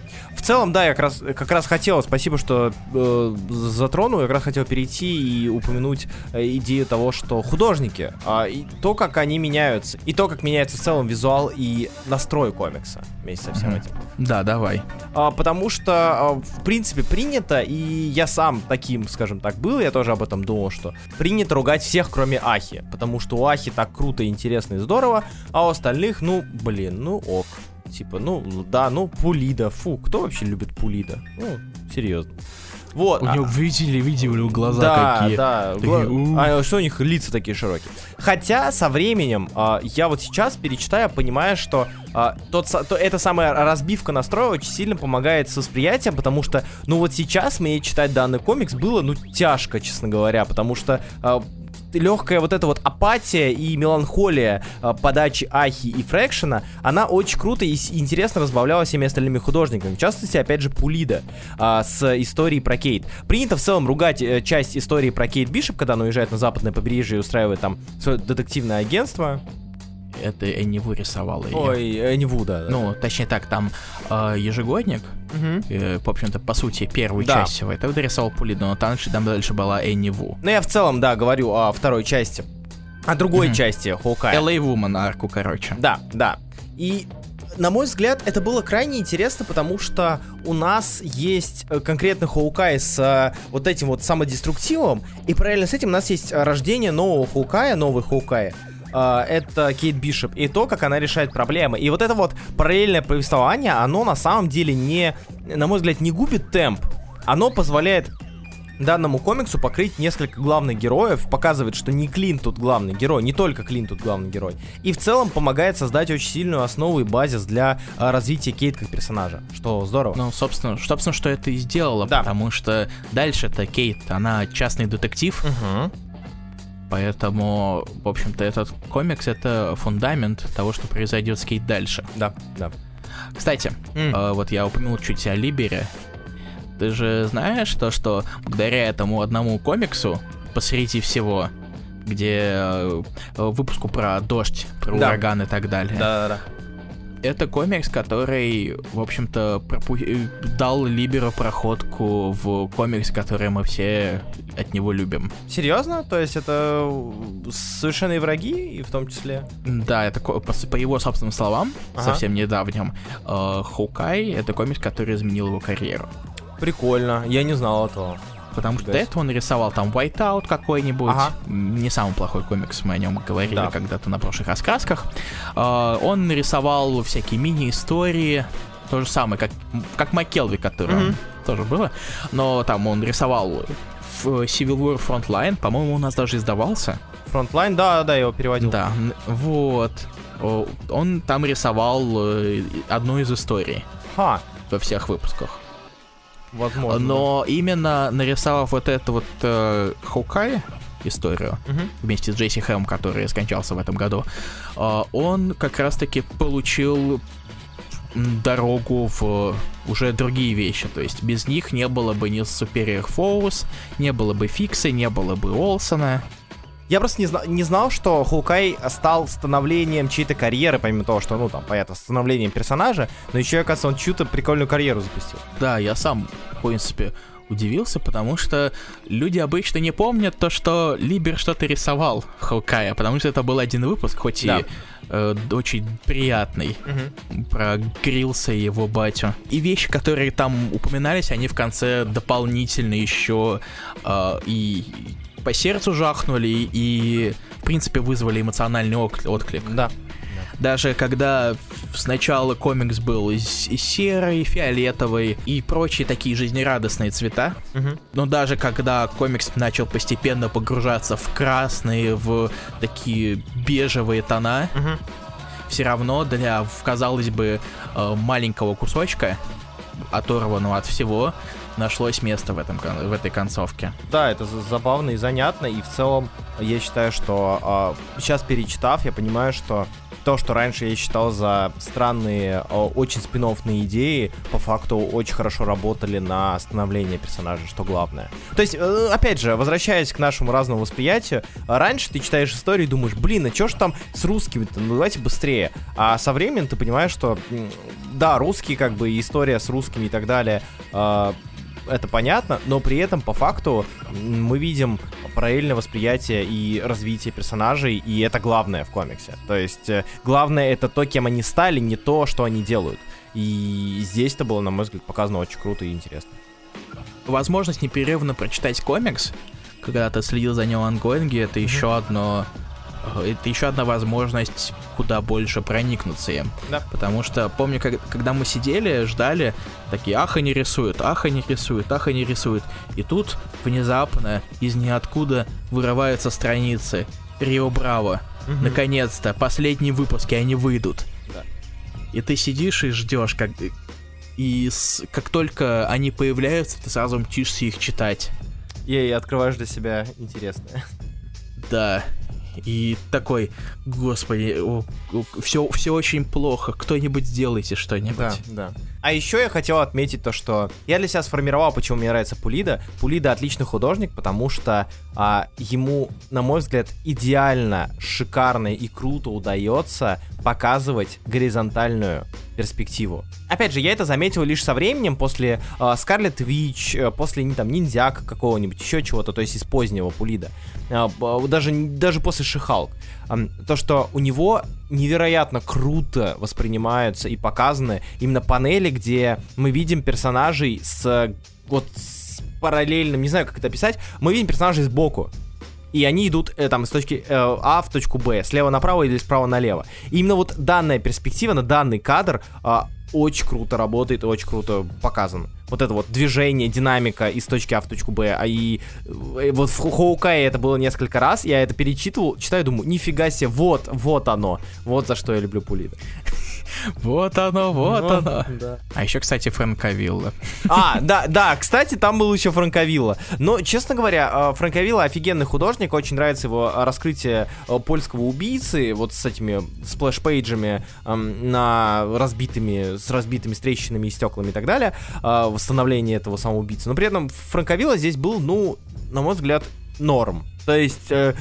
в целом, да, я как раз, как раз хотел, спасибо, что э, затронул, я как раз хотел перейти и упомянуть э, идею того, что художники, э, и то, как они меняются, и то, как меняется в целом визуал и настрой комикса вместе со всем mm-hmm. этим. Да, давай. А, потому что, а, в принципе, принято, и я сам таким, скажем так, был, я тоже об этом думал, что принято ругать всех, кроме Ахи, потому что у Ахи так круто, интересно и здорово, а у остальных, ну, блин, ну ок. Типа, ну, да, ну, Пулида, фу, кто вообще любит Пулида? Ну, серьезно. Вот. У а... него, видели, видели глаза да, какие. Да, такие, да. А что у них лица такие широкие? Хотя со временем, а, я вот сейчас перечитаю, понимаю, что а, тот, то, эта самая разбивка настроя очень сильно помогает с восприятием, потому что, ну вот сейчас мне читать данный комикс было, ну, тяжко, честно говоря, потому что... А, легкая вот эта вот апатия и меланхолия э, подачи Ахи и Фрэкшена, она очень круто и интересно разбавлялась всеми остальными художниками. В частности, опять же, Пулида э, с историей про Кейт. Принято в целом ругать э, часть истории про Кейт Бишоп, когда она уезжает на западное побережье и устраивает там свое детективное агентство. Это Энни Ву рисовала ее. Ой, Энни Ву, да. Ну, да. точнее так, там э, ежегодник, угу. э, в общем-то, по сути, первую да. часть всего этого рисовал Пулида, но там, там дальше была Энни Ву. Ну, я в целом, да, говорю о второй части, о другой угу. части Хоукая. эл эй Woman арку, короче. Да, да. И... На мой взгляд, это было крайне интересно, потому что у нас есть конкретный Хоукай с а, вот этим вот самодеструктивом, и параллельно с этим у нас есть рождение нового Хоукая, новый Хоукай. Uh, это Кейт Бишоп, и то, как она решает проблемы. И вот это вот параллельное повествование, оно на самом деле не, на мой взгляд, не губит темп. Оно позволяет данному комиксу покрыть несколько главных героев, показывает, что не Клин тут главный герой, не только Клин тут главный герой. И в целом помогает создать очень сильную основу и базис для а, развития Кейт как персонажа, что здорово. Ну, собственно, собственно, что это и сделало, да. потому что дальше-то Кейт, она частный детектив, угу. Поэтому, в общем-то, этот комикс — это фундамент того, что произойдет с Кейт дальше. Да, да. Кстати, mm. э, вот я упомянул чуть о Либере. Ты же знаешь то, что благодаря этому одному комиксу посреди всего, где э, выпуску про дождь, про да. ураган и так далее. Да, да, да. Это комикс, который, в общем-то, пропу... дал Либеру проходку в комикс, который мы все от него любим. Серьезно? То есть это совершенные враги, и в том числе? Да, это по, по его собственным словам, ага. совсем недавним, э, Хоукай — это комикс, который изменил его карьеру. Прикольно, я не знал этого. Потому что до этого он рисовал там Whiteout какой-нибудь, ага. не самый плохой комикс, мы о нем говорили да. когда-то на прошлых рассказках. Uh, он нарисовал всякие мини-истории, то же самое, как, как Маккелви, который mm-hmm. тоже было, но там он рисовал в Civil War Frontline, по-моему, у нас даже издавался. Frontline, да, да, я его переводил. Да, вот. Он там рисовал одну из историй Ха. во всех выпусках. Возможно. Но именно нарисовав вот эту вот э, Хоукай историю uh-huh. вместе с Джесси Хэмом, который скончался в этом году, э, он как раз-таки получил дорогу в уже другие вещи. То есть без них не было бы ни Superior Foes, не было бы Фикса, не было бы Олсона. Я просто не, зна- не знал, что Хоукай стал становлением чьей-то карьеры, помимо того, что, ну, там, понятно, становлением персонажа, но еще, оказывается, он чью-то прикольную карьеру запустил. Да, я сам, в принципе, удивился, потому что люди обычно не помнят то, что Либер что-то рисовал в Хоукае, потому что это был один выпуск, хоть да. и э, очень приятный, угу. про Грилса и его батю. И вещи, которые там упоминались, они в конце дополнительно еще э, и... по сердцу жахнули и, в принципе, вызвали эмоциональный отклик. Да. Даже когда сначала комикс был из, из серый, фиолетовый и прочие такие жизнерадостные цвета, угу. но даже когда комикс начал постепенно погружаться в красные, в такие бежевые тона, угу. все равно для, казалось бы, маленького кусочка, оторванного от всего, нашлось место в, этом, в этой концовке. Да, это забавно и занятно, и в целом я считаю, что э, сейчас перечитав, я понимаю, что то, что раньше я считал за странные, э, очень спин-оффные идеи, по факту очень хорошо работали на становление персонажа, что главное. То есть, э, опять же, возвращаясь к нашему разному восприятию, раньше ты читаешь историю и думаешь, блин, а чё ж там с русскими-то, ну давайте быстрее. А со временем ты понимаешь, что да, русский, как бы, история с русскими и так далее, э, это понятно, но при этом, по факту, мы видим параллельное восприятие и развитие персонажей, и это главное в комиксе. То есть, э, главное это то, кем они стали, не то, что они делают. И здесь это было, на мой взгляд, показано очень круто и интересно. Возможность непрерывно прочитать комикс, когда ты следил за ним в ангоинге, это mm-hmm. еще одно... Это еще одна возможность куда больше проникнуться им. Да. Потому что, помню, как, когда мы сидели, ждали, такие, ах, они рисуют, ах, они рисуют, ах, они рисуют. И тут внезапно из ниоткуда вырываются страницы. Рио Браво. Угу. Наконец-то, последние выпуски, они выйдут. Да. И ты сидишь и ждешь, как... И с... как только они появляются, ты сразу мчишься их читать. И открываешь для себя интересное. Да. И такой, господи, о, о, все, все очень плохо, кто-нибудь сделайте что-нибудь. Да, да. А еще я хотел отметить то, что я для себя сформировал, почему мне нравится Пулида. Пулида отличный художник, потому что а, ему, на мой взгляд, идеально, шикарно и круто удается показывать горизонтальную перспективу. Опять же, я это заметил лишь со временем, после э, Скарлет Вич, э, после там, Ниндзяка какого-нибудь, еще чего-то, то есть из позднего Пулида. Э, даже, даже после Ши-Халк. Э, то, что у него невероятно круто воспринимаются и показаны именно панели, где мы видим персонажей с, вот, с параллельным, не знаю, как это описать, мы видим персонажей сбоку. И они идут э, там с точки э, А в точку Б, слева направо или справа налево. И именно вот данная перспектива на данный кадр э, очень круто работает и очень круто показано. Вот это вот движение, динамика из точки А в точку Б. А и э, вот в Хоукае это было несколько раз, я это перечитывал, читаю, думаю, нифига себе, вот, вот оно. Вот за что я люблю Пулида. Вот оно, вот ну, оно. Да. А еще, кстати, Фрэнка Вилла. А, да, да, кстати, там был еще Фрэнка Вилла. Но, честно говоря, Фрэнка Вилла офигенный художник. Очень нравится его раскрытие польского убийцы, вот с этими сплэш-пейджами эм, на разбитыми, с разбитыми трещинами и стеклами и так далее. Э, восстановление этого самого убийцы. Но при этом Фрэнка Вилла здесь был, ну, на мой взгляд, норм. То есть... Э,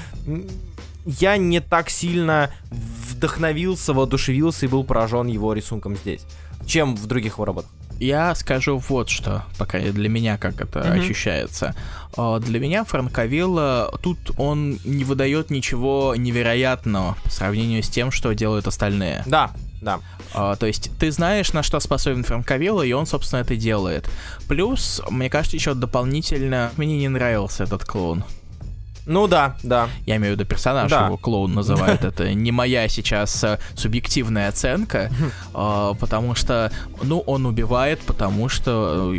я не так сильно вдохновился, воодушевился и был поражен его рисунком здесь, чем в других его работах. Я скажу вот что, пока для меня как это mm-hmm. ощущается. Для меня Фрэнка Вилла, тут он не выдает ничего невероятного по сравнению с тем, что делают остальные. Да, да. Uh, то есть ты знаешь, на что способен Фрэнка Вилла, и он, собственно, это делает. Плюс, мне кажется, еще дополнительно мне не нравился этот клоун. Ну да, да. Я имею в виду персонаж, да. Его клоун называют. Это не моя сейчас а, субъективная оценка, а, потому что, ну, он убивает, потому что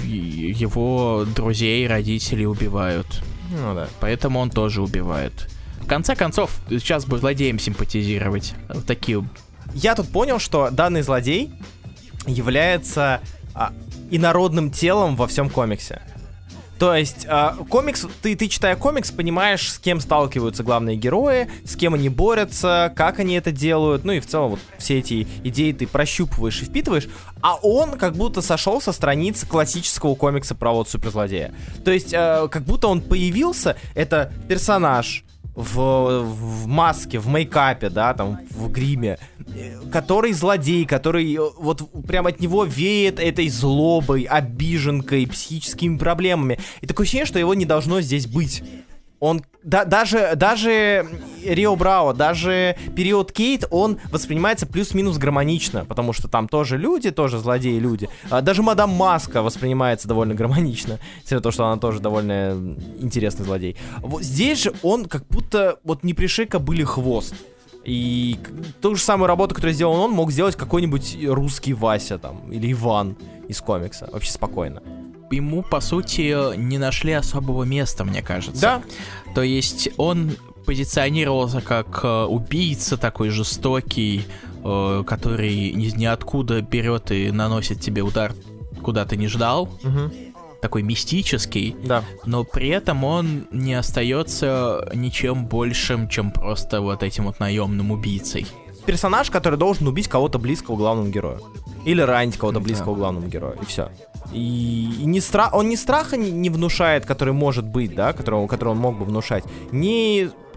его друзей, родители убивают. Ну да. Поэтому он тоже убивает. В конце концов, сейчас бы злодеям симпатизировать. Вот такие. Я тут понял, что данный злодей является а, инородным телом во всем комиксе. То есть, э, комикс, ты, ты, читая комикс, понимаешь, с кем сталкиваются главные герои, с кем они борются, как они это делают, ну и в целом вот все эти идеи ты прощупываешь и впитываешь, а он как будто сошел со страниц классического комикса про вот суперзлодея. То есть, э, как будто он появился, это персонаж в, в маске, в мейкапе, да, там, в гриме, который злодей, который вот прям от него веет этой злобой, обиженкой, психическими проблемами. И такое ощущение, что его не должно здесь быть. Он, да, даже, даже Рио Браво, даже период Кейт, он воспринимается плюс-минус гармонично, потому что там тоже люди, тоже злодеи-люди. А даже Мадам Маска воспринимается довольно гармонично, из-за того, что она тоже довольно интересный злодей. Вот здесь же он как будто вот не пришей кобыле хвост. И ту же самую работу, которую сделал он, мог сделать какой-нибудь русский Вася там, или Иван из комикса, вообще спокойно. Ему, по сути, не нашли особого места, мне кажется. Да. То есть он позиционировался как э, убийца такой жестокий, э, который из ниоткуда берет и наносит тебе удар, куда ты не ждал. Угу. Такой мистический. Да. Но при этом он не остается ничем большим, чем просто вот этим вот наемным убийцей. Персонаж, который должен убить кого-то близкого главному герою. Или ранить кого-то близкого да. главному герою. И все. И, и не стра... он ни страха не, не внушает, который может быть, да, который, который он мог бы внушать, ни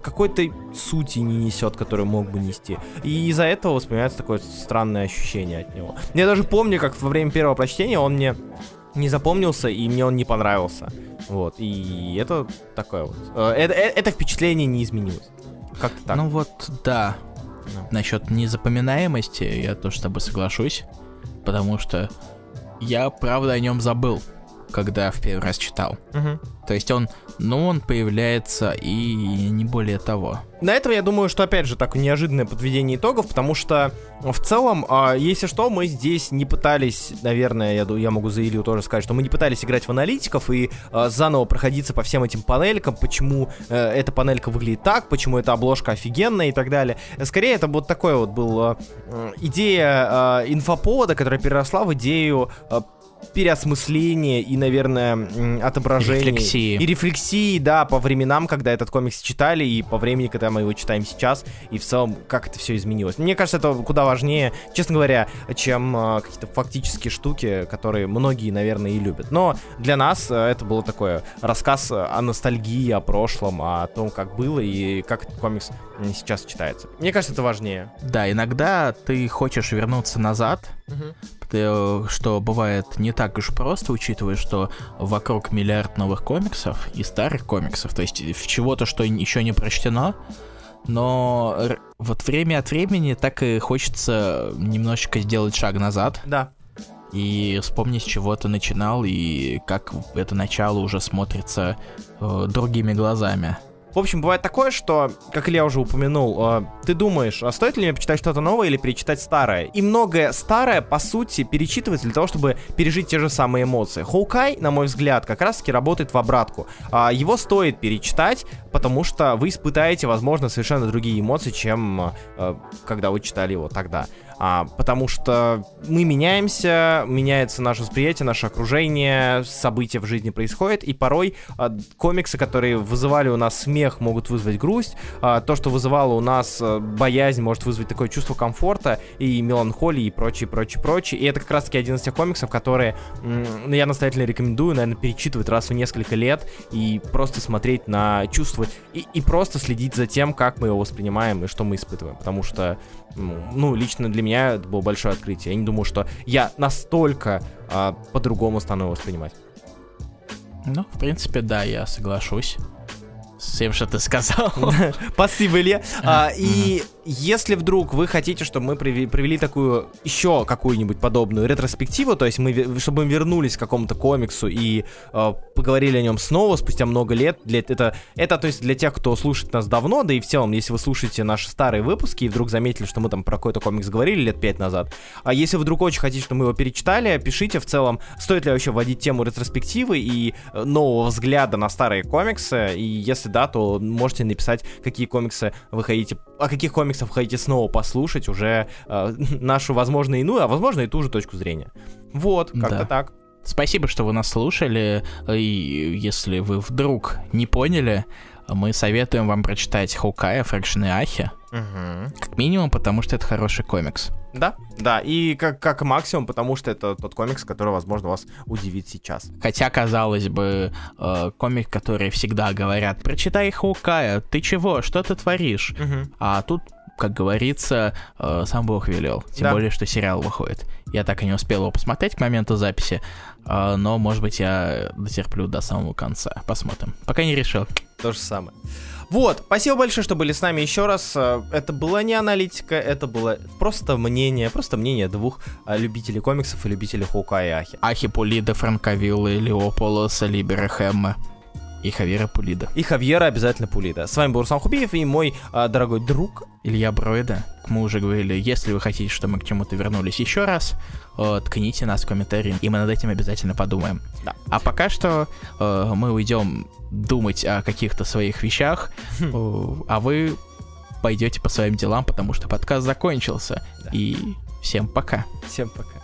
какой-то сути не несет, которую мог бы нести. И из-за этого воспринимается такое странное ощущение от него. Я даже помню, как во время первого прочтения он мне не запомнился, и мне он не понравился. Вот, и это такое вот. Это, это впечатление не изменилось. Как-то так. Ну вот, да. No. Насчет незапоминаемости я тоже с тобой соглашусь, потому что я, правда, о нем забыл, когда в первый раз читал. Uh-huh. То есть он, ну, он появляется и не более того. На этом, я думаю, что, опять же, так неожиданное подведение итогов, потому что, в целом, э, если что, мы здесь не пытались, наверное, я, я могу за Илью тоже сказать, что мы не пытались играть в аналитиков и э, заново проходиться по всем этим панелькам, почему э, эта панелька выглядит так, почему эта обложка офигенная и так далее. Скорее, это вот такое вот был э, идея э, инфоповода, которая переросла в идею э, переосмысление и, наверное, отображение. Рефлексии. И рефлексии, да, по временам, когда этот комикс читали, и по времени, когда мы его читаем сейчас, и в целом, как это все изменилось. Мне кажется, это куда важнее, честно говоря, чем э, какие-то фактические штуки, которые многие, наверное, и любят. Но для нас э, это был такой рассказ о ностальгии, о прошлом, о том, как было и как этот комикс сейчас читается. Мне кажется, это важнее. Да, иногда ты хочешь вернуться назад, угу. что бывает не так уж просто, учитывая, что вокруг миллиард новых комиксов и старых комиксов, то есть в чего-то, что еще не прочтено, но вот время от времени так и хочется немножечко сделать шаг назад. Да. И вспомнить, с чего ты начинал, и как это начало уже смотрится э, другими глазами. В общем, бывает такое, что, как Илья уже упомянул, э, ты думаешь, а стоит ли мне почитать что-то новое или перечитать старое? И многое старое, по сути, перечитывается для того, чтобы пережить те же самые эмоции. Хоукай, на мой взгляд, как раз-таки работает в обратку. Э, его стоит перечитать, потому что вы испытаете, возможно, совершенно другие эмоции, чем э, когда вы читали его тогда. А, потому что мы меняемся, меняется наше восприятие, наше окружение, события в жизни происходят, и порой а, комиксы, которые вызывали у нас смех, могут вызвать грусть, а, то, что вызывало у нас а, боязнь, может вызвать такое чувство комфорта и меланхолии и прочее, прочее, прочее. И это как раз-таки один из тех комиксов, которые м- я настоятельно рекомендую, наверное, перечитывать раз в несколько лет и просто смотреть на, чувствовать и, и просто следить за тем, как мы его воспринимаем и что мы испытываем, потому что, ну, лично для меня это было большое открытие. Я не думаю, что я настолько а, по-другому стану его воспринимать. Ну, в принципе, да, я соглашусь с тем, что ты сказал. Спасибо, Илья. А, и если вдруг вы хотите, чтобы мы привели, привели такую еще какую-нибудь подобную ретроспективу, то есть мы, чтобы мы вернулись к какому-то комиксу и э, поговорили о нем снова спустя много лет, для, это, это то есть для тех, кто слушает нас давно, да и в целом, если вы слушаете наши старые выпуски и вдруг заметили, что мы там про какой-то комикс говорили лет пять назад, а если вы вдруг очень хотите, чтобы мы его перечитали, пишите в целом, стоит ли вообще вводить тему ретроспективы и нового взгляда на старые комиксы, и если да, то можете написать, какие комиксы вы хотите, о каких комиксах хотите снова послушать уже э, нашу, возможно, иную, а возможно и ту же точку зрения. Вот, как-то да. так. Спасибо, что вы нас слушали, и если вы вдруг не поняли, мы советуем вам прочитать Хоукая, Фрэкшн и Ахи. Угу. Как минимум, потому что это хороший комикс. Да, да, и как, как максимум, потому что это тот комикс, который, возможно, вас удивит сейчас. Хотя, казалось бы, э, комик, который всегда говорят: прочитай Хоукая, ты чего, что ты творишь? Угу. А тут, как говорится, э, сам Бог велел. Тем да. более, что сериал выходит. Я так и не успел его посмотреть к моменту записи, э, но, может быть, я дотерплю до самого конца. Посмотрим. Пока не решил. То же самое. Вот, спасибо большое, что были с нами еще раз. Это была не аналитика, это было просто мнение, просто мнение двух любителей комиксов и любителей Хоукая и Ахи. Ахи Пулида, Франка Виллы, Леополоса, Либера Хэмма и Хавьера Пулида. И Хавьера обязательно Пулида. С вами был Руслан Хубиев и мой а, дорогой друг Илья Броида. Мы уже говорили, если вы хотите, чтобы мы к чему-то вернулись еще раз, э, ткните нас в комментарии, и мы над этим обязательно подумаем. Да. А пока что э, мы уйдем думать о каких-то своих вещах, э, а вы пойдете по своим делам, потому что подкаст закончился. Да. И всем пока. Всем пока.